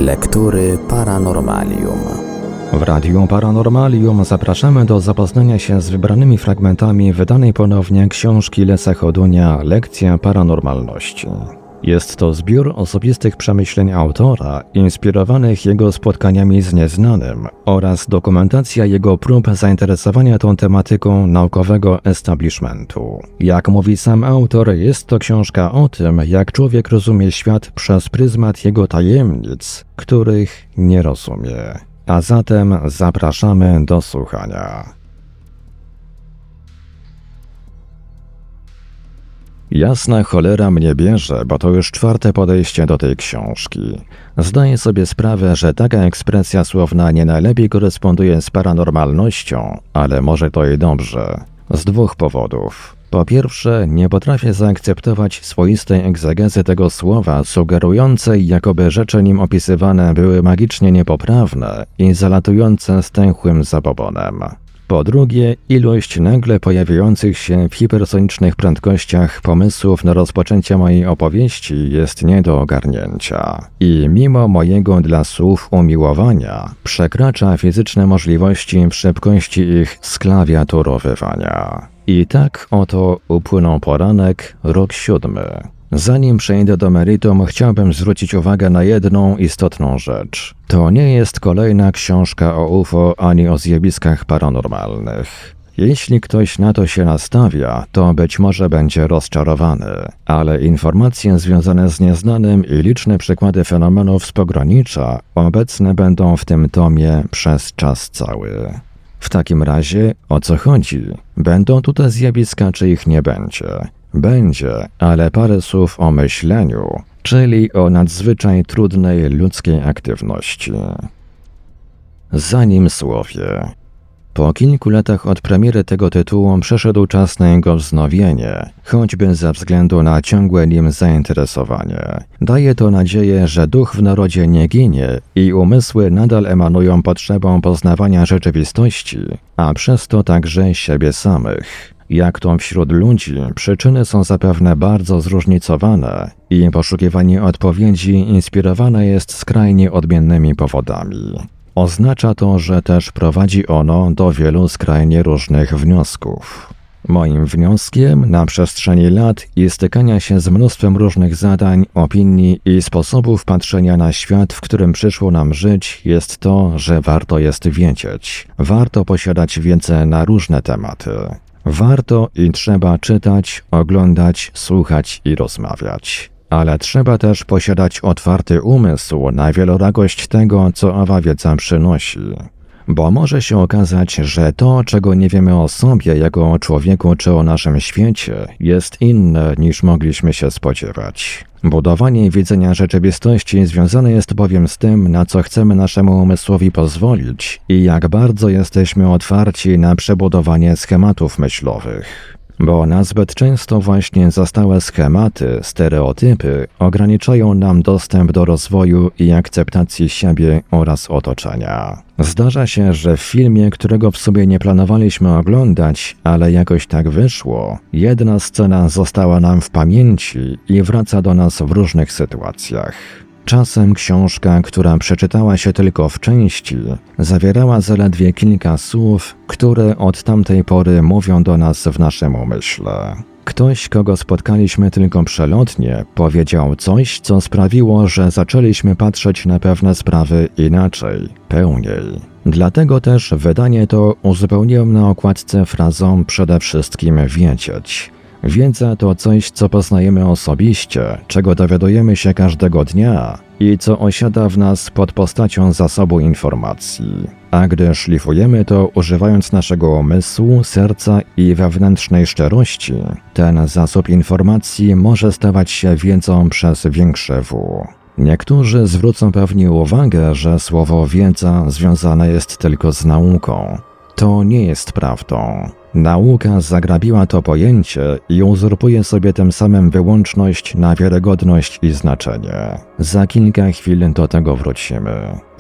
Lektury Paranormalium. W Radiu Paranormalium zapraszamy do zapoznania się z wybranymi fragmentami wydanej ponownie książki Lesa Chodunia Lekcja Paranormalności. Jest to zbiór osobistych przemyśleń autora, inspirowanych jego spotkaniami z nieznanym oraz dokumentacja jego prób zainteresowania tą tematyką naukowego establishmentu. Jak mówi sam autor, jest to książka o tym, jak człowiek rozumie świat przez pryzmat jego tajemnic, których nie rozumie. A zatem zapraszamy do słuchania. Jasna cholera mnie bierze, bo to już czwarte podejście do tej książki. Zdaję sobie sprawę, że taka ekspresja słowna nie najlepiej koresponduje z paranormalnością, ale może to i dobrze. Z dwóch powodów. Po pierwsze, nie potrafię zaakceptować swoistej egzegezy tego słowa, sugerującej, jakoby rzeczy nim opisywane były magicznie niepoprawne i zalatujące stęchłym zabobonem. Po drugie, ilość nagle pojawiających się w hipersonicznych prędkościach pomysłów na rozpoczęcie mojej opowieści jest nie do ogarnięcia. I mimo mojego dla słów umiłowania, przekracza fizyczne możliwości w szybkości ich sklawiaturowywania. I tak oto upłynął poranek, rok 7. Zanim przejdę do meritum, chciałbym zwrócić uwagę na jedną istotną rzecz. To nie jest kolejna książka o UFO ani o zjawiskach paranormalnych. Jeśli ktoś na to się nastawia, to być może będzie rozczarowany, ale informacje związane z nieznanym i liczne przykłady fenomenów z pogranicza obecne będą w tym tomie przez czas cały. W takim razie o co chodzi? Będą tutaj zjawiska, czy ich nie będzie? Będzie, ale parę słów o myśleniu, czyli o nadzwyczaj trudnej ludzkiej aktywności. Zanim słowie. Po kilku latach od premiery tego tytułu przeszedł czas na jego wznowienie, choćby ze względu na ciągłe nim zainteresowanie. Daje to nadzieję, że duch w narodzie nie ginie i umysły nadal emanują potrzebą poznawania rzeczywistości, a przez to także siebie samych. Jak to wśród ludzi, przyczyny są zapewne bardzo zróżnicowane i poszukiwanie odpowiedzi inspirowane jest skrajnie odmiennymi powodami. Oznacza to, że też prowadzi ono do wielu skrajnie różnych wniosków. Moim wnioskiem na przestrzeni lat i stykania się z mnóstwem różnych zadań, opinii i sposobów patrzenia na świat, w którym przyszło nam żyć, jest to, że warto jest wiedzieć. Warto posiadać wiedzę na różne tematy. Warto i trzeba czytać, oglądać, słuchać i rozmawiać. Ale trzeba też posiadać otwarty umysł na wielorakość tego, co owa wiedza przynosi. Bo może się okazać, że to, czego nie wiemy o sobie jako o człowieku czy o naszym świecie, jest inne niż mogliśmy się spodziewać. Budowanie widzenia rzeczywistości związane jest bowiem z tym, na co chcemy naszemu umysłowi pozwolić i jak bardzo jesteśmy otwarci na przebudowanie schematów myślowych. Bo nazbyt często właśnie zastałe schematy, stereotypy ograniczają nam dostęp do rozwoju i akceptacji siebie oraz otoczenia. Zdarza się, że w filmie, którego w sobie nie planowaliśmy oglądać, ale jakoś tak wyszło, jedna scena została nam w pamięci i wraca do nas w różnych sytuacjach. Czasem książka, która przeczytała się tylko w części, zawierała zaledwie kilka słów, które od tamtej pory mówią do nas w naszym umyśle. Ktoś, kogo spotkaliśmy tylko przelotnie, powiedział coś, co sprawiło, że zaczęliśmy patrzeć na pewne sprawy inaczej, pełniej. Dlatego też wydanie to uzupełniłem na okładce frazą przede wszystkim wiedzieć. Wiedza to coś, co poznajemy osobiście, czego dowiadujemy się każdego dnia i co osiada w nas pod postacią zasobu informacji. A gdy szlifujemy to używając naszego umysłu, serca i wewnętrznej szczerości, ten zasób informacji może stawać się wiedzą przez większe W. Niektórzy zwrócą pewnie uwagę, że słowo wiedza związane jest tylko z nauką. To nie jest prawdą. Nauka zagrabiła to pojęcie i uzurpuje sobie tym samym wyłączność na wiarygodność i znaczenie. Za kilka chwil do tego wrócimy.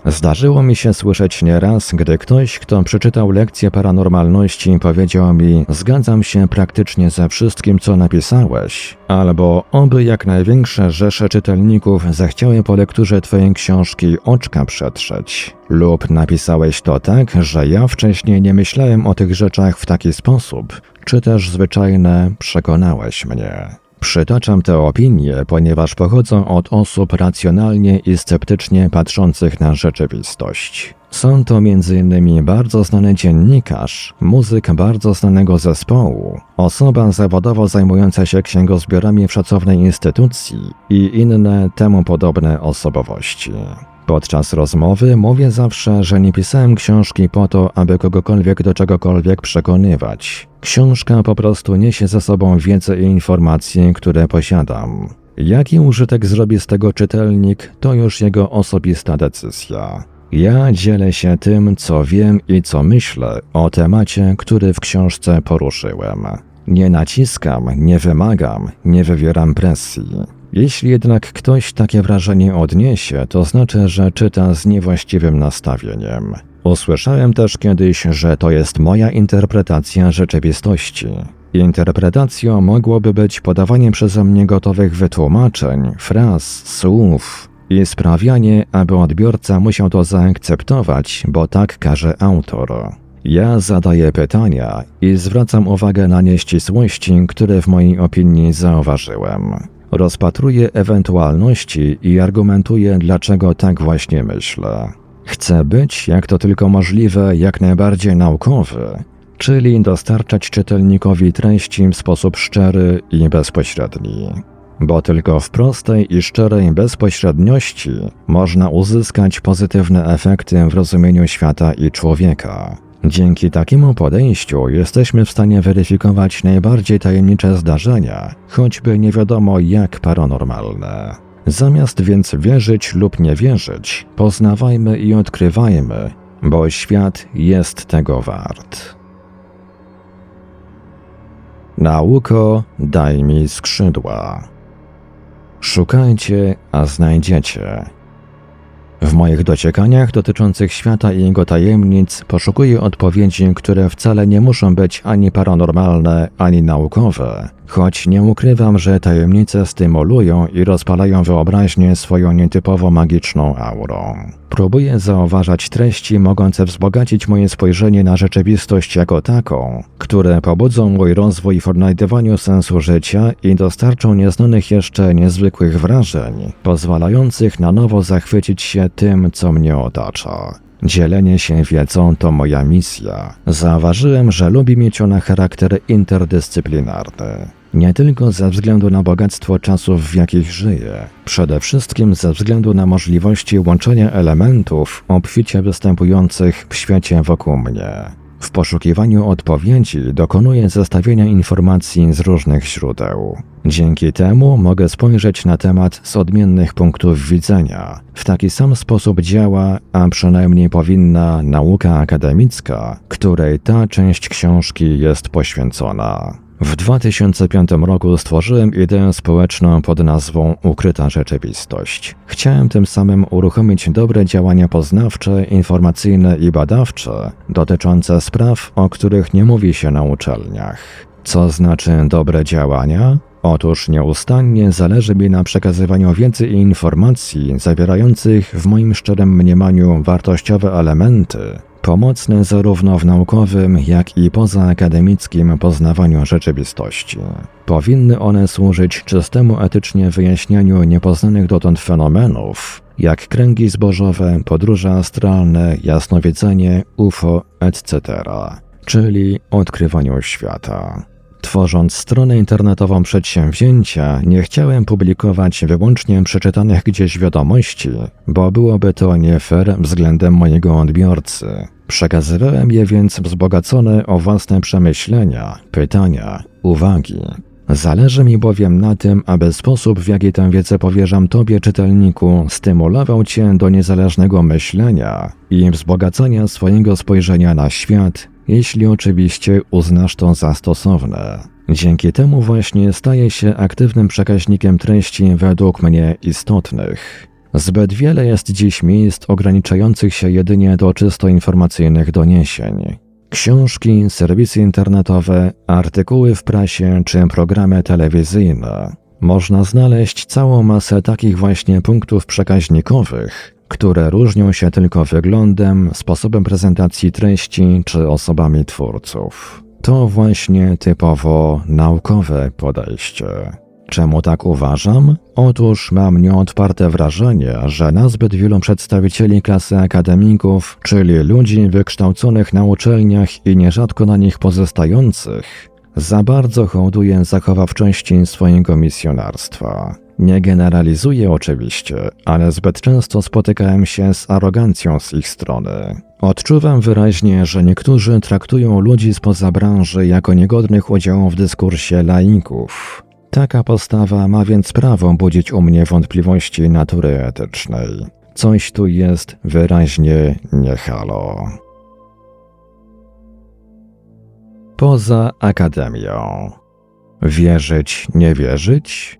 Zdarzyło mi się słyszeć nieraz, gdy ktoś, kto przeczytał lekcję paranormalności, powiedział mi: zgadzam się praktycznie ze wszystkim, co napisałeś, albo oby jak największe rzesze czytelników zechciały po lekturze twojej książki oczka przetrzeć. Lub napisałeś to tak, że ja wcześniej nie myślałem o tych rzeczach w taki sposób, czy też zwyczajne przekonałeś mnie. Przytaczam te opinie, ponieważ pochodzą od osób racjonalnie i sceptycznie patrzących na rzeczywistość. Są to m.in. bardzo znany dziennikarz, muzyk bardzo znanego zespołu, osoba zawodowo zajmująca się księgozbiorami w szacownej instytucji i inne temu podobne osobowości. Podczas rozmowy mówię zawsze, że nie pisałem książki po to, aby kogokolwiek do czegokolwiek przekonywać. Książka po prostu niesie ze sobą wiedzę i informacje, które posiadam. Jaki użytek zrobi z tego czytelnik, to już jego osobista decyzja. Ja dzielę się tym, co wiem i co myślę o temacie, który w książce poruszyłem. Nie naciskam, nie wymagam, nie wywieram presji. Jeśli jednak ktoś takie wrażenie odniesie, to znaczy, że czyta z niewłaściwym nastawieniem. Usłyszałem też kiedyś, że to jest moja interpretacja rzeczywistości. Interpretacją mogłoby być podawanie przeze mnie gotowych wytłumaczeń, fraz, słów i sprawianie, aby odbiorca musiał to zaakceptować, bo tak każe autor. Ja zadaję pytania i zwracam uwagę na nieścisłości, które w mojej opinii zauważyłem. Rozpatruję ewentualności i argumentuję, dlaczego tak właśnie myślę. Chcę być, jak to tylko możliwe, jak najbardziej naukowy, czyli dostarczać czytelnikowi treści w sposób szczery i bezpośredni. Bo tylko w prostej i szczerej bezpośredniości można uzyskać pozytywne efekty w rozumieniu świata i człowieka. Dzięki takiemu podejściu jesteśmy w stanie weryfikować najbardziej tajemnicze zdarzenia, choćby nie wiadomo jak paranormalne. Zamiast więc wierzyć lub nie wierzyć, poznawajmy i odkrywajmy, bo świat jest tego wart. Nauko, daj mi skrzydła. Szukajcie, a znajdziecie. W moich dociekaniach dotyczących świata i jego tajemnic poszukuję odpowiedzi, które wcale nie muszą być ani paranormalne, ani naukowe, choć nie ukrywam, że tajemnice stymulują i rozpalają wyobraźnię swoją nietypowo magiczną aurą. Próbuję zauważać treści mogące wzbogacić moje spojrzenie na rzeczywistość jako taką, które pobudzą mój rozwój w odnajdywaniu sensu życia i dostarczą nieznanych jeszcze niezwykłych wrażeń, pozwalających na nowo zachwycić się tym, co mnie otacza. Dzielenie się wiedzą to moja misja. Zauważyłem, że lubi mieć ona charakter interdyscyplinarny. Nie tylko ze względu na bogactwo czasów, w jakich żyję, przede wszystkim ze względu na możliwości łączenia elementów obficie występujących w świecie wokół mnie. W poszukiwaniu odpowiedzi dokonuję zestawienia informacji z różnych źródeł. Dzięki temu mogę spojrzeć na temat z odmiennych punktów widzenia. W taki sam sposób działa, a przynajmniej powinna, nauka akademicka, której ta część książki jest poświęcona. W 2005 roku stworzyłem ideę społeczną pod nazwą Ukryta Rzeczywistość. Chciałem tym samym uruchomić dobre działania poznawcze, informacyjne i badawcze dotyczące spraw, o których nie mówi się na uczelniach. Co znaczy dobre działania? Otóż nieustannie zależy mi na przekazywaniu wiedzy i informacji zawierających w moim szczerym mniemaniu wartościowe elementy, pomocne zarówno w naukowym, jak i pozaakademickim poznawaniu rzeczywistości. Powinny one służyć czystemu etycznie wyjaśnianiu niepoznanych dotąd fenomenów, jak kręgi zbożowe, podróże astralne, jasnowidzenie, UFO, etc., czyli odkrywaniu świata. Tworząc stronę internetową przedsięwzięcia, nie chciałem publikować wyłącznie przeczytanych gdzieś wiadomości, bo byłoby to nie fair względem mojego odbiorcy. Przekazywałem je więc wzbogacone o własne przemyślenia, pytania, uwagi. Zależy mi bowiem na tym, aby sposób, w jaki tę wiedzę powierzam Tobie, czytelniku, stymulował Cię do niezależnego myślenia i wzbogacania swojego spojrzenia na świat, jeśli oczywiście uznasz to za stosowne. Dzięki temu właśnie staję się aktywnym przekaźnikiem treści według mnie istotnych. Zbyt wiele jest dziś miejsc ograniczających się jedynie do czysto informacyjnych doniesień. Książki, serwisy internetowe, artykuły w prasie czy programy telewizyjne. Można znaleźć całą masę takich właśnie punktów przekaźnikowych, które różnią się tylko wyglądem, sposobem prezentacji treści czy osobami twórców. To właśnie typowo naukowe podejście. Czemu tak uważam? Otóż mam nieodparte wrażenie, że nazbyt wielu przedstawicieli klasy akademików, czyli ludzi wykształconych na uczelniach i nierzadko na nich pozostających, za bardzo hołduje zachowawczości swojego misjonarstwa. Nie generalizuję oczywiście, ale zbyt często spotykałem się z arogancją z ich strony. Odczuwam wyraźnie, że niektórzy traktują ludzi spoza branży jako niegodnych udziału w dyskursie laików. Taka postawa ma więc prawo budzić u mnie wątpliwości natury etycznej. Coś tu jest wyraźnie nie halo. Poza akademią. Wierzyć, nie wierzyć?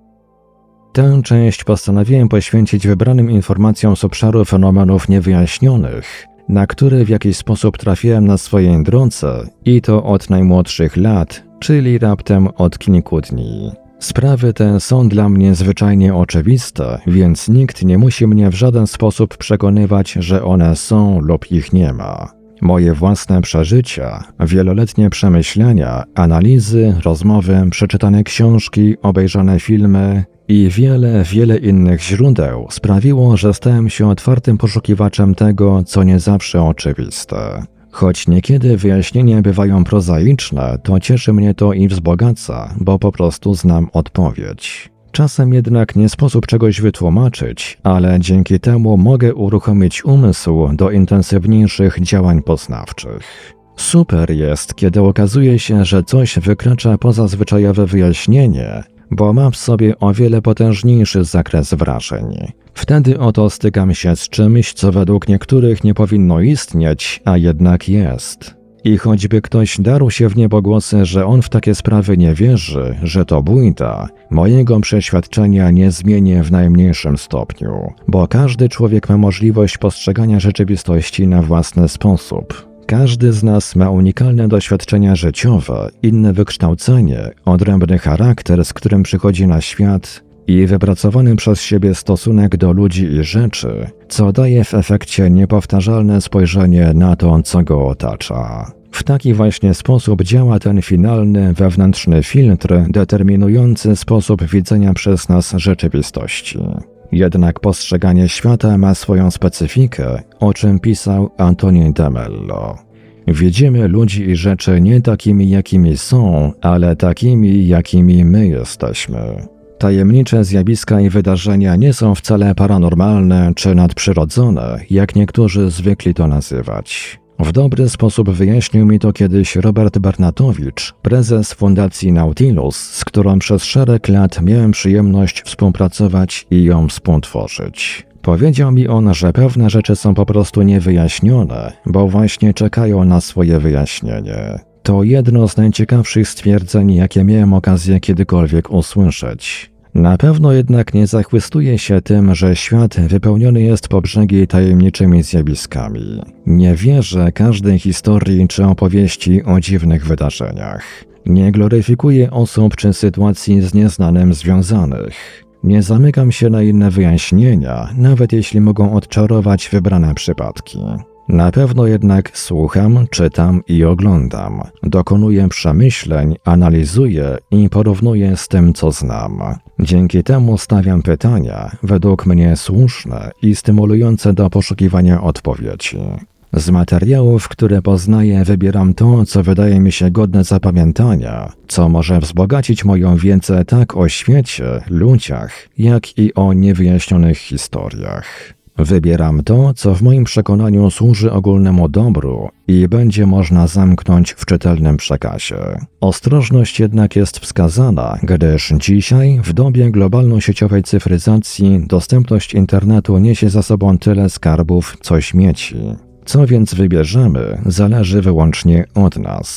Tę część postanowiłem poświęcić wybranym informacjom z obszaru fenomenów niewyjaśnionych, na które w jakiś sposób trafiłem na swojej drodze i to od najmłodszych lat, czyli raptem od kilku dni. Sprawy te są dla mnie zwyczajnie oczywiste, więc nikt nie musi mnie w żaden sposób przekonywać, że one są lub ich nie ma. Moje własne przeżycia, wieloletnie przemyślenia, analizy, rozmowy, przeczytane książki, obejrzane filmy i wiele innych źródeł sprawiło, że stałem się otwartym poszukiwaczem tego, co nie zawsze oczywiste. Choć niekiedy wyjaśnienia bywają prozaiczne, to cieszy mnie to i wzbogaca, bo po prostu znam odpowiedź. Czasem jednak nie sposób czegoś wytłumaczyć, ale dzięki temu mogę uruchomić umysł do intensywniejszych działań poznawczych. Super jest, kiedy okazuje się, że coś wykracza poza zwyczajowe wyjaśnienie, bo ma w sobie o wiele potężniejszy zakres wrażeń. Wtedy oto stykam się z czymś, co według niektórych nie powinno istnieć, a jednak jest. I choćby ktoś darł się w niebogłosy, że on w takie sprawy nie wierzy, że to bójda, mojego przeświadczenia nie zmienię w najmniejszym stopniu, bo każdy człowiek ma możliwość postrzegania rzeczywistości na własny sposób. Każdy z nas ma unikalne doświadczenia życiowe, inne wykształcenie, odrębny charakter, z którym przychodzi na świat i wypracowany przez siebie stosunek do ludzi i rzeczy, co daje w efekcie niepowtarzalne spojrzenie na to, co go otacza. W taki właśnie sposób działa ten finalny, wewnętrzny filtr determinujący sposób widzenia przez nas rzeczywistości. Jednak postrzeganie świata ma swoją specyfikę, o czym pisał Anthony de Mello. Widzimy ludzi i rzeczy nie takimi, jakimi są, ale takimi, jakimi my jesteśmy. Tajemnicze zjawiska i wydarzenia nie są wcale paranormalne czy nadprzyrodzone, jak niektórzy zwykli to nazywać. W dobry sposób wyjaśnił mi to kiedyś Robert Bernatowicz, prezes Fundacji Nautilus, z którą przez szereg lat miałem przyjemność współpracować i ją współtworzyć. Powiedział mi on, że pewne rzeczy są po prostu niewyjaśnione, bo właśnie czekają na swoje wyjaśnienie. To jedno z najciekawszych stwierdzeń, jakie miałem okazję kiedykolwiek usłyszeć. Na pewno jednak nie zachwystuję się tym, że świat wypełniony jest po brzegi tajemniczymi zjawiskami. Nie wierzę każdej historii czy opowieści o dziwnych wydarzeniach. Nie gloryfikuję osób czy sytuacji z nieznanym związanych. Nie zamykam się na inne wyjaśnienia, nawet jeśli mogą odczarować wybrane przypadki. Na pewno jednak słucham, czytam i oglądam. Dokonuję przemyśleń, analizuję i porównuję z tym, co znam. Dzięki temu stawiam pytania, według mnie słuszne i stymulujące do poszukiwania odpowiedzi. Z materiałów, które poznaję, wybieram to, co wydaje mi się godne zapamiętania, co może wzbogacić moją wiedzę tak o świecie, ludziach, jak i o niewyjaśnionych historiach. Wybieram to, co w moim przekonaniu służy ogólnemu dobru i będzie można zamknąć w czytelnym przekazie. Ostrożność jednak jest wskazana, gdyż dzisiaj, w dobie globalno-sieciowej cyfryzacji, dostępność internetu niesie za sobą tyle skarbów, co śmieci. Co więc wybierzemy, zależy wyłącznie od nas.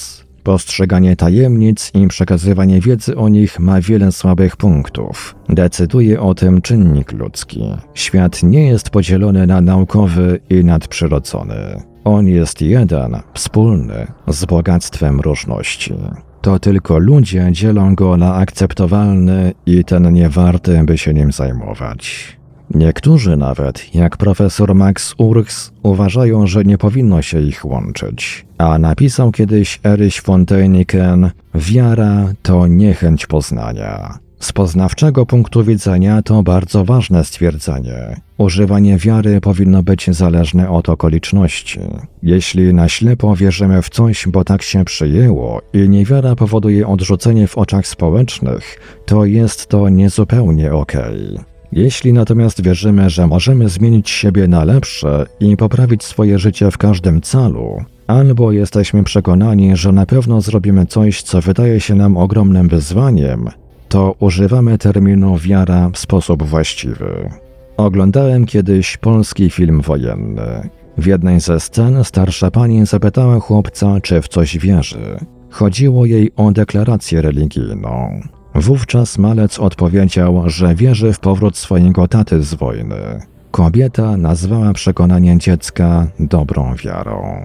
Postrzeganie tajemnic i przekazywanie wiedzy o nich ma wiele słabych punktów. Decyduje o tym czynnik ludzki. Świat nie jest podzielony na naukowy i nadprzyrodzony. On jest jeden, wspólny, z bogactwem różności. To tylko ludzie dzielą go na akceptowalny i ten nie warty, by się nim zajmować. Niektórzy nawet, jak profesor Max Urchs, uważają, że nie powinno się ich łączyć. A napisał kiedyś Erich von Däniken: wiara to niechęć poznania. Z poznawczego punktu widzenia to bardzo ważne stwierdzenie. Używanie wiary powinno być zależne od okoliczności. Jeśli na ślepo wierzymy w coś, bo tak się przyjęło i niewiara powoduje odrzucenie w oczach społecznych, to jest to niezupełnie okej. Jeśli natomiast wierzymy, że możemy zmienić siebie na lepsze i poprawić swoje życie w każdym celu, albo jesteśmy przekonani, że na pewno zrobimy coś, co wydaje się nam ogromnym wyzwaniem, to używamy terminu wiara w sposób właściwy. Oglądałem kiedyś polski film wojenny. W jednej ze scen starsza pani zapytała chłopca, czy w coś wierzy. Chodziło jej o deklarację religijną. Wówczas malec odpowiedział, że wierzy w powrót swojego taty z wojny. Kobieta nazwała przekonanie dziecka dobrą wiarą.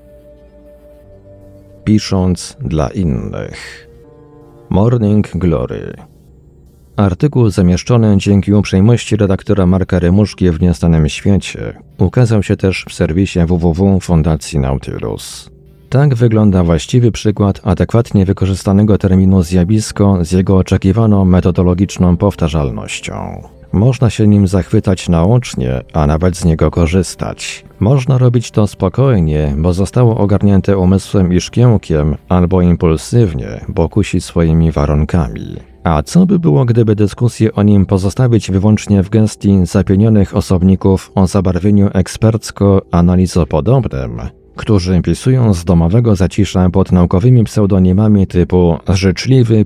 Pisząc dla innych. Morning Glory. Artykuł zamieszczony dzięki uprzejmości redaktora Marka Rymuszki w Nieznanym Świecie ukazał się też w serwisie www Fundacji Nautilus. Tak wygląda właściwy przykład adekwatnie wykorzystanego terminu zjawisko z jego oczekiwaną metodologiczną powtarzalnością. Można się nim zachwytać naocznie, a nawet z niego korzystać. Można robić to spokojnie, bo zostało ogarnięte umysłem i szkiełkiem, albo impulsywnie, bo kusi swoimi warunkami. A co by było, gdyby dyskusję o nim pozostawić wyłącznie w gestii zapienionych osobników o zabarwieniu ekspercko-analizopodobnym, którzy pisują z domowego zacisza pod naukowymi pseudonimami typu Życzliwy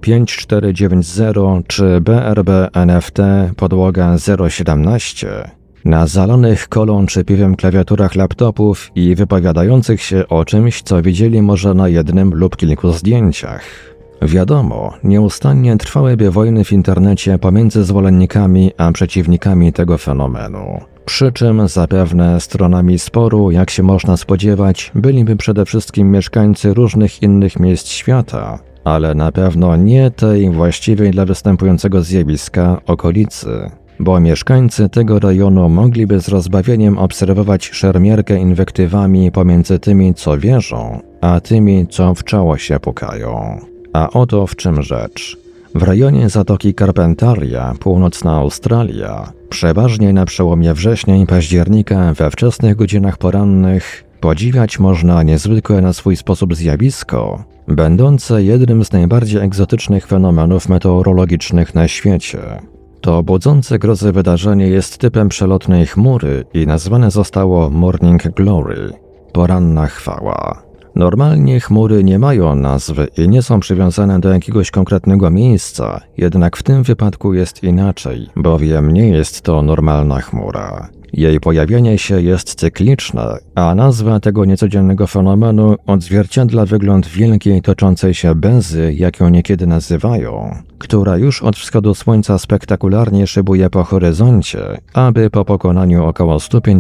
5490 czy BRB NFT podłoga 017, na zalanych kolą czy piwem klawiaturach laptopów i wypowiadających się o czymś, co widzieli może na jednym lub kilku zdjęciach. Wiadomo, nieustannie trwałyby wojny w internecie pomiędzy zwolennikami a przeciwnikami tego fenomenu. Przy czym zapewne stronami sporu, jak się można spodziewać, byliby przede wszystkim mieszkańcy różnych innych miejsc świata, ale na pewno nie tej właściwej dla występującego zjawiska okolicy, bo mieszkańcy tego rejonu mogliby z rozbawieniem obserwować szermierkę inwektywami pomiędzy tymi, co wierzą, a tymi, co w czoło się pukają. A oto w czym rzecz. W rejonie Zatoki Carpentaria, północna Australia, przeważnie na przełomie września i października we wczesnych godzinach porannych podziwiać można niezwykłe na swój sposób zjawisko, będące jednym z najbardziej egzotycznych fenomenów meteorologicznych na świecie. To budzące grozy wydarzenie jest typem przelotnej chmury i nazwane zostało Morning Glory, poranna chwała. Normalnie chmury nie mają nazwy i nie są przywiązane do jakiegoś konkretnego miejsca, jednak w tym wypadku jest inaczej, bowiem nie jest to normalna chmura. Jej pojawienie się jest cykliczne, a nazwa tego niecodziennego fenomenu odzwierciedla wygląd wielkiej toczącej się bezy, jak ją niekiedy nazywają, która już od wschodu słońca spektakularnie szybuje po horyzoncie, aby po pokonaniu około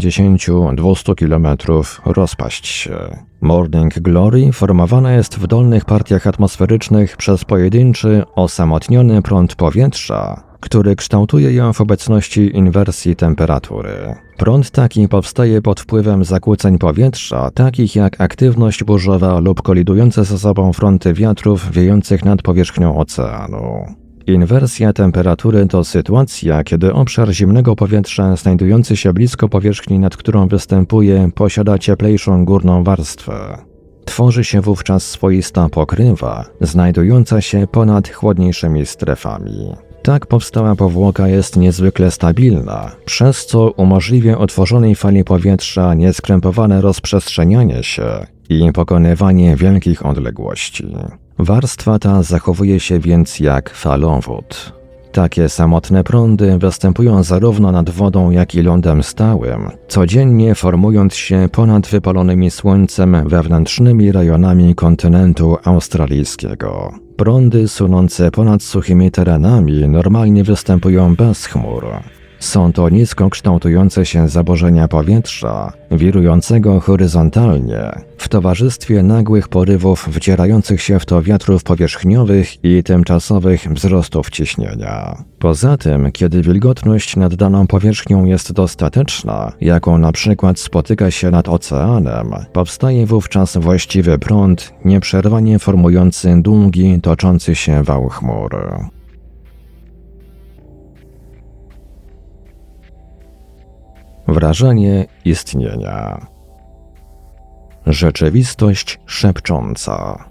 150-200 km rozpaść się. Morning Glory formowana jest w dolnych partiach atmosferycznych przez pojedynczy, osamotniony prąd powietrza, który kształtuje ją w obecności inwersji temperatury. Prąd taki powstaje pod wpływem zakłóceń powietrza, takich jak aktywność burzowa lub kolidujące ze sobą fronty wiatrów wiejących nad powierzchnią oceanu. Inwersja temperatury to sytuacja, kiedy obszar zimnego powietrza znajdujący się blisko powierzchni, nad którą występuje, posiada cieplejszą górną warstwę. Tworzy się wówczas swoista pokrywa, znajdująca się ponad chłodniejszymi strefami. Tak powstała powłoka jest niezwykle stabilna, przez co umożliwia otworzonej fali powietrza nieskrępowane rozprzestrzenianie się i pokonywanie wielkich odległości. Warstwa ta zachowuje się więc jak falowód. Takie samotne prądy występują zarówno nad wodą, jak i lądem stałym, codziennie formując się ponad wypalonymi słońcem wewnętrznymi rejonami kontynentu australijskiego. Prądy sunące ponad suchymi terenami normalnie występują bez chmur. Są to nisko kształtujące się zaburzenia powietrza, wirującego horyzontalnie, w towarzystwie nagłych porywów wdzierających się w to wiatrów powierzchniowych i tymczasowych wzrostów ciśnienia. Poza tym, kiedy wilgotność nad daną powierzchnią jest dostateczna, jaką na przykład spotyka się nad oceanem, powstaje wówczas właściwy prąd, nieprzerwanie formujący długi, toczący się wał chmur. Wrażenie istnienia. Rzeczywistość szepcząca.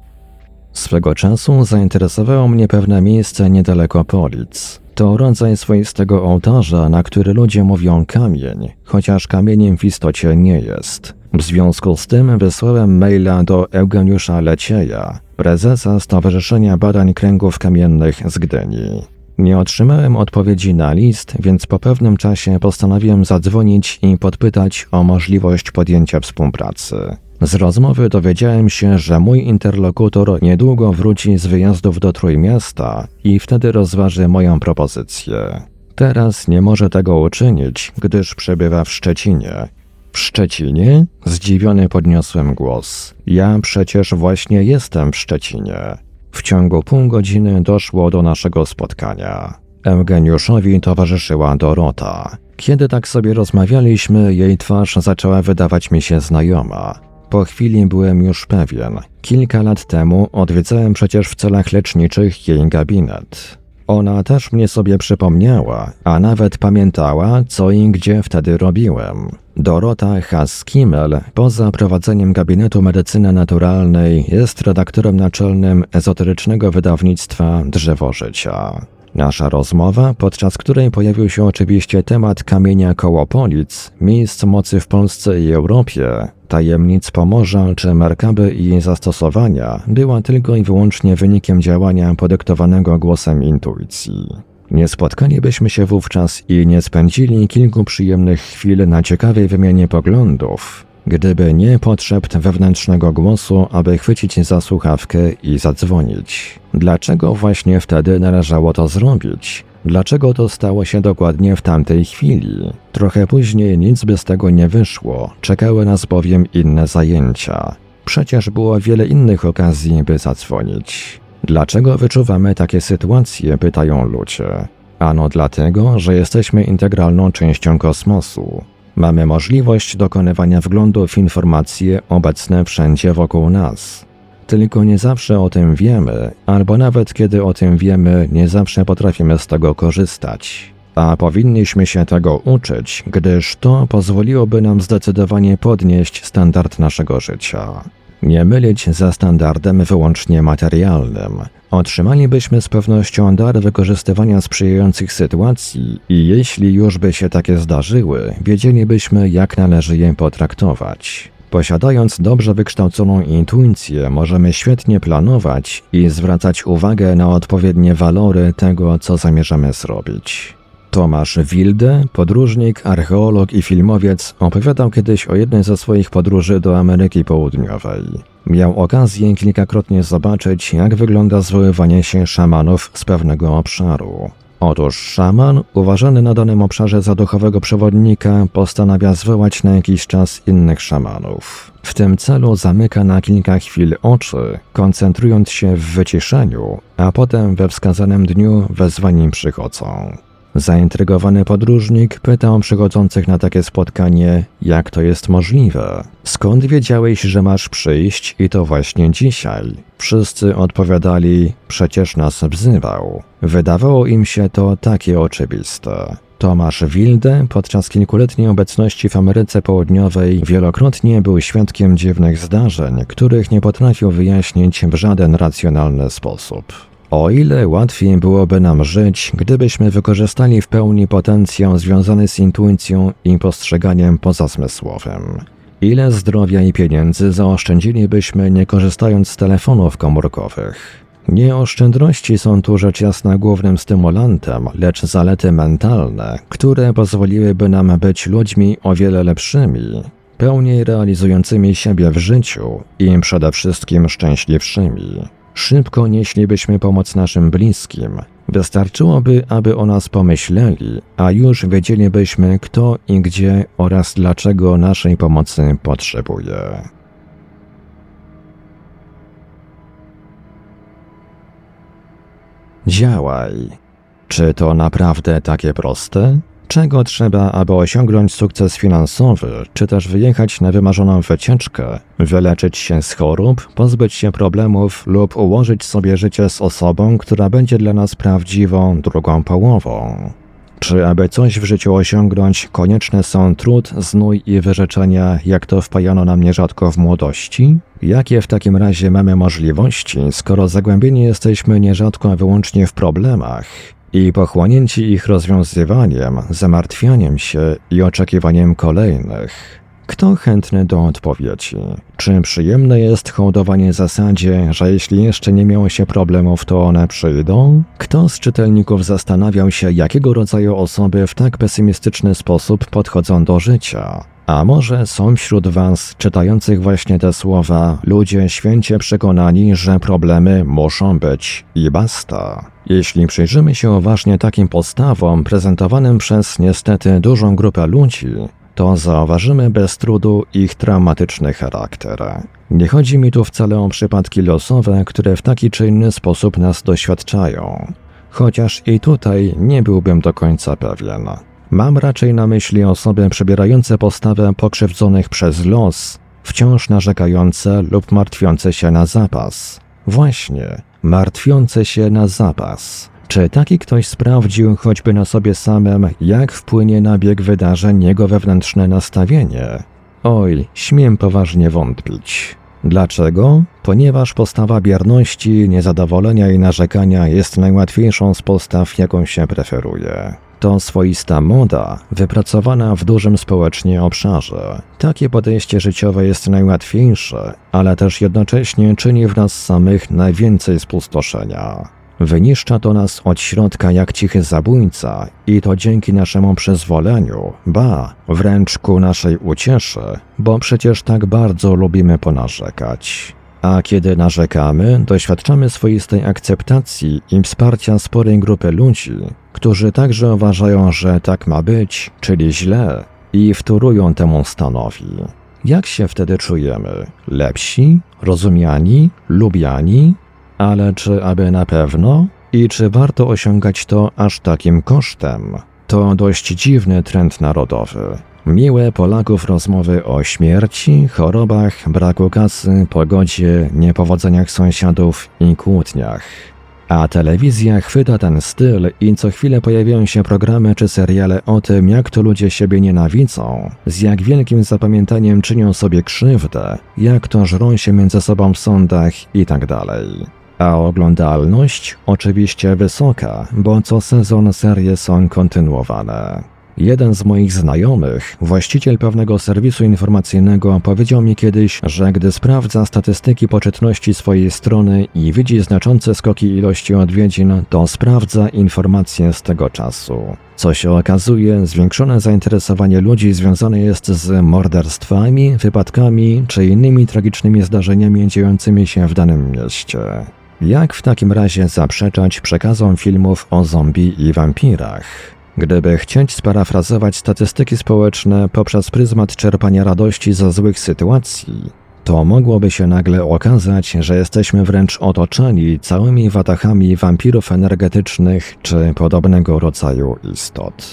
Swego czasu zainteresowało mnie pewne miejsce niedaleko Polic. To rodzaj swoistego ołtarza, na który ludzie mówią kamień, chociaż kamieniem w istocie nie jest. W związku z tym wysłałem maila do Eugeniusza Lecieja, prezesa Stowarzyszenia Badań Kręgów Kamiennych z Gdyni. Nie otrzymałem odpowiedzi na list, więc po pewnym czasie postanowiłem zadzwonić i podpytać o możliwość podjęcia współpracy. Z rozmowy dowiedziałem się, że mój interlokutor niedługo wróci z wyjazdów do Trójmiasta i wtedy rozważy moją propozycję. Teraz nie może tego uczynić, gdyż przebywa w Szczecinie. W Szczecinie? Zdziwiony podniosłem głos. Ja przecież właśnie jestem w Szczecinie. W ciągu pół godziny doszło do naszego spotkania. Eugeniuszowi towarzyszyła Dorota. Kiedy tak sobie rozmawialiśmy, jej twarz zaczęła wydawać mi się znajoma. Po chwili byłem już pewien. Kilka lat temu odwiedzałem przecież w celach leczniczych jej gabinet. Ona też mnie sobie przypomniała, a nawet pamiętała, co i gdzie wtedy robiłem. Dorota Haas-Kimmel, poza prowadzeniem gabinetu medycyny naturalnej, jest redaktorem naczelnym ezoterycznego wydawnictwa Drzewo Życia. Nasza rozmowa, podczas której pojawił się oczywiście temat kamienia koło Polic, miejsc mocy w Polsce i Europie, tajemnic Pomorza czy Merkaby i jej zastosowania, była tylko i wyłącznie wynikiem działania podyktowanego głosem intuicji. Nie spotkalibyśmy się wówczas i nie spędzili kilku przyjemnych chwil na ciekawej wymianie poglądów, gdyby nie potrzebt wewnętrznego głosu, aby chwycić za słuchawkę i zadzwonić. Dlaczego właśnie wtedy należało to zrobić? Dlaczego to stało się dokładnie w tamtej chwili? Trochę później nic by z tego nie wyszło, czekały nas bowiem inne zajęcia. Przecież było wiele innych okazji, by zadzwonić. Dlaczego wyczuwamy takie sytuacje, pytają ludzie. Ano dlatego, że jesteśmy integralną częścią kosmosu. Mamy możliwość dokonywania wglądu w informacje obecne wszędzie wokół nas. Tylko nie zawsze o tym wiemy, albo nawet kiedy o tym wiemy, nie zawsze potrafimy z tego korzystać. A powinniśmy się tego uczyć, gdyż to pozwoliłoby nam zdecydowanie podnieść standard naszego życia. Nie mylić ze standardem wyłącznie materialnym. Otrzymalibyśmy z pewnością dar wykorzystywania sprzyjających sytuacji i jeśli już by się takie zdarzyły, wiedzielibyśmy, jak należy je potraktować. Posiadając dobrze wykształconą intuicję, możemy świetnie planować i zwracać uwagę na odpowiednie walory tego, co zamierzamy zrobić. Tomasz Wilde, podróżnik, archeolog i filmowiec, opowiadał kiedyś o jednej ze swoich podróży do Ameryki Południowej. Miał okazję kilkakrotnie zobaczyć, jak wygląda zwoływanie się szamanów z pewnego obszaru. Otóż szaman, uważany na danym obszarze za duchowego przewodnika, postanawia zwołać na jakiś czas innych szamanów. W tym celu zamyka na kilka chwil oczy, koncentrując się w wyciszeniu, a potem we wskazanym dniu wezwani przychodzą. Zaintrygowany podróżnik pytał przychodzących na takie spotkanie, jak to jest możliwe. Skąd wiedziałeś, że masz przyjść i to właśnie dzisiaj? Wszyscy odpowiadali, przecież nas wzywał. Wydawało im się to takie oczywiste. Tomasz Wilde podczas kilkuletniej obecności w Ameryce Południowej wielokrotnie był świadkiem dziwnych zdarzeń, których nie potrafił wyjaśnić w żaden racjonalny sposób. O ile łatwiej byłoby nam żyć, gdybyśmy wykorzystali w pełni potencjał związany z intuicją i postrzeganiem pozazmysłowym. Ile zdrowia i pieniędzy zaoszczędzilibyśmy, nie korzystając z telefonów komórkowych. Nieoszczędności są tu rzecz jasna głównym stymulantem, lecz zalety mentalne, które pozwoliłyby nam być ludźmi o wiele lepszymi, pełniej realizującymi siebie w życiu i przede wszystkim szczęśliwszymi. Szybko nieślibyśmy pomoc naszym bliskim. Wystarczyłoby, aby o nas pomyśleli, a już wiedzielibyśmy, kto i gdzie oraz dlaczego naszej pomocy potrzebuje. Działaj. Czy to naprawdę takie proste? Czego trzeba, aby osiągnąć sukces finansowy, czy też wyjechać na wymarzoną wycieczkę, wyleczyć się z chorób, pozbyć się problemów lub ułożyć sobie życie z osobą, która będzie dla nas prawdziwą drugą połową? Czy aby coś w życiu osiągnąć, konieczne są trud, znój i wyrzeczenia, jak to wpajano nam nierzadko w młodości? Jakie w takim razie mamy możliwości, skoro zagłębieni jesteśmy nierzadko wyłącznie w problemach i pochłonięci ich rozwiązywaniem, zamartwianiem się i oczekiwaniem kolejnych? Kto chętny do odpowiedzi? Czy przyjemne jest hołdowanie zasadzie, że jeśli jeszcze nie miało się problemów, to one przyjdą? Kto z czytelników zastanawiał się, jakiego rodzaju osoby w tak pesymistyczny sposób podchodzą do życia? A może są wśród was, czytających właśnie te słowa, ludzie święcie przekonani, że problemy muszą być i basta? Jeśli przyjrzymy się uważnie takim postawom prezentowanym przez niestety dużą grupę ludzi, to zauważymy bez trudu ich traumatyczny charakter. Nie chodzi mi tu wcale o przypadki losowe, które w taki czy inny sposób nas doświadczają. Chociaż i tutaj nie byłbym do końca pewien. Mam raczej na myśli osoby przybierające postawę pokrzywdzonych przez los, wciąż narzekające lub martwiące się na zapas. Właśnie, martwiące się na zapas. Czy taki ktoś sprawdził choćby na sobie samym, jak wpłynie na bieg wydarzeń jego wewnętrzne nastawienie? Oj, śmiem poważnie wątpić. Dlaczego? Ponieważ postawa bierności, niezadowolenia i narzekania jest najłatwiejszą z postaw, jaką się preferuje. To swoista moda, wypracowana w dużym społecznie obszarze. Takie podejście życiowe jest najłatwiejsze, ale też jednocześnie czyni w nas samych najwięcej spustoszenia. Wyniszcza to nas od środka jak cichy zabójca i to dzięki naszemu przyzwoleniu, ba, wręcz ku naszej uciesze, bo przecież tak bardzo lubimy ponarzekać. A kiedy narzekamy, doświadczamy swoistej akceptacji i wsparcia sporej grupy ludzi, którzy także uważają, że tak ma być, czyli źle, i wtórują temu stanowi. Jak się wtedy czujemy? Lepsi? Rozumiani? Lubiani? Ale czy aby na pewno? I czy warto osiągać to aż takim kosztem? To dość dziwny trend narodowy. Miłe Polaków rozmowy o śmierci, chorobach, braku kasy, pogodzie, niepowodzeniach sąsiadów i kłótniach. A telewizja chwyta ten styl i co chwilę pojawiają się programy czy seriale o tym, jak to ludzie siebie nienawidzą, z jak wielkim zapamiętaniem czynią sobie krzywdę, jak to żrą się między sobą w sądach itd. A oglądalność oczywiście wysoka, bo co sezon serie są kontynuowane. Jeden z moich znajomych, właściciel pewnego serwisu informacyjnego, powiedział mi kiedyś, że gdy sprawdza statystyki poczytności swojej strony i widzi znaczące skoki ilości odwiedzin, to sprawdza informacje z tego czasu. Co się okazuje, zwiększone zainteresowanie ludzi związane jest z morderstwami, wypadkami czy innymi tragicznymi zdarzeniami dziejącymi się w danym mieście. Jak w takim razie zaprzeczać przekazom filmów o zombie i wampirach? Gdyby chcieć sparafrazować statystyki społeczne poprzez pryzmat czerpania radości ze złych sytuacji, to mogłoby się nagle okazać, że jesteśmy wręcz otoczeni całymi watachami wampirów energetycznych czy podobnego rodzaju istot.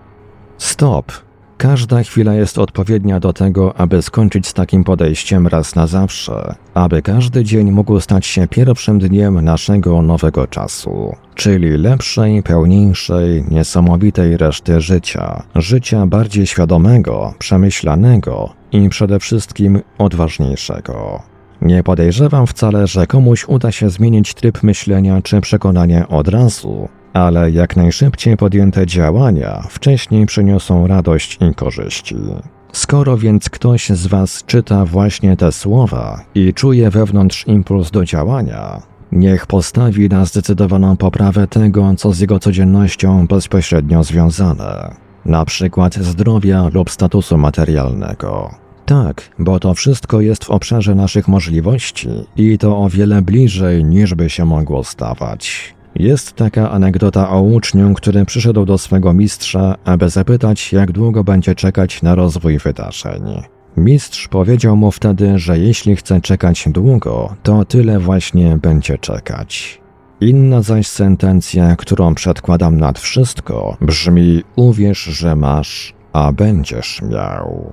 Stop! Każda chwila jest odpowiednia do tego, aby skończyć z takim podejściem raz na zawsze, aby każdy dzień mógł stać się pierwszym dniem naszego nowego czasu, czyli lepszej, pełniejszej, niesamowitej reszty życia, życia bardziej świadomego, przemyślanego i przede wszystkim odważniejszego. Nie podejrzewam wcale, że komuś uda się zmienić tryb myślenia czy przekonania od razu, ale jak najszybciej podjęte działania wcześniej przyniosą radość i korzyści. Skoro więc ktoś z was czyta właśnie te słowa i czuje wewnątrz impuls do działania, Niech postawi na zdecydowaną poprawę tego, co z jego codziennością bezpośrednio związane, na przykład zdrowia lub statusu materialnego. Tak, bo to wszystko jest w obszarze naszych możliwości i to o wiele bliżej, niż by się mogło zdawać. Jest taka anegdota o uczniu, który przyszedł do swego mistrza, aby zapytać, jak długo będzie czekać na rozwój wydarzeń. Mistrz powiedział mu wtedy, że jeśli chce czekać długo, to tyle właśnie będzie czekać. Inna zaś sentencja, którą przedkładam nad wszystko, brzmi: uwierz, że masz, a będziesz miał.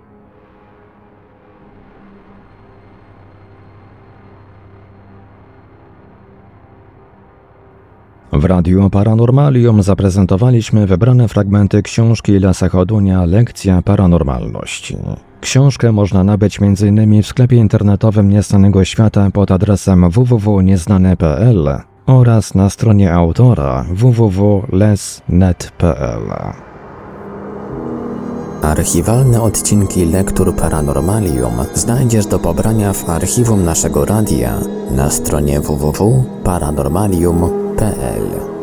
W Radiu Paranormalium zaprezentowaliśmy wybrane fragmenty książki Lesa Chodunia Lekcja Paranormalności. Książkę można nabyć m.in. w sklepie internetowym Nieznanego Świata pod adresem www.nieznane.pl oraz na stronie autora www.les.net.pl. Archiwalne odcinki Lektur Paranormalium znajdziesz do pobrania w archiwum naszego radia na stronie www.paranormalium.pl.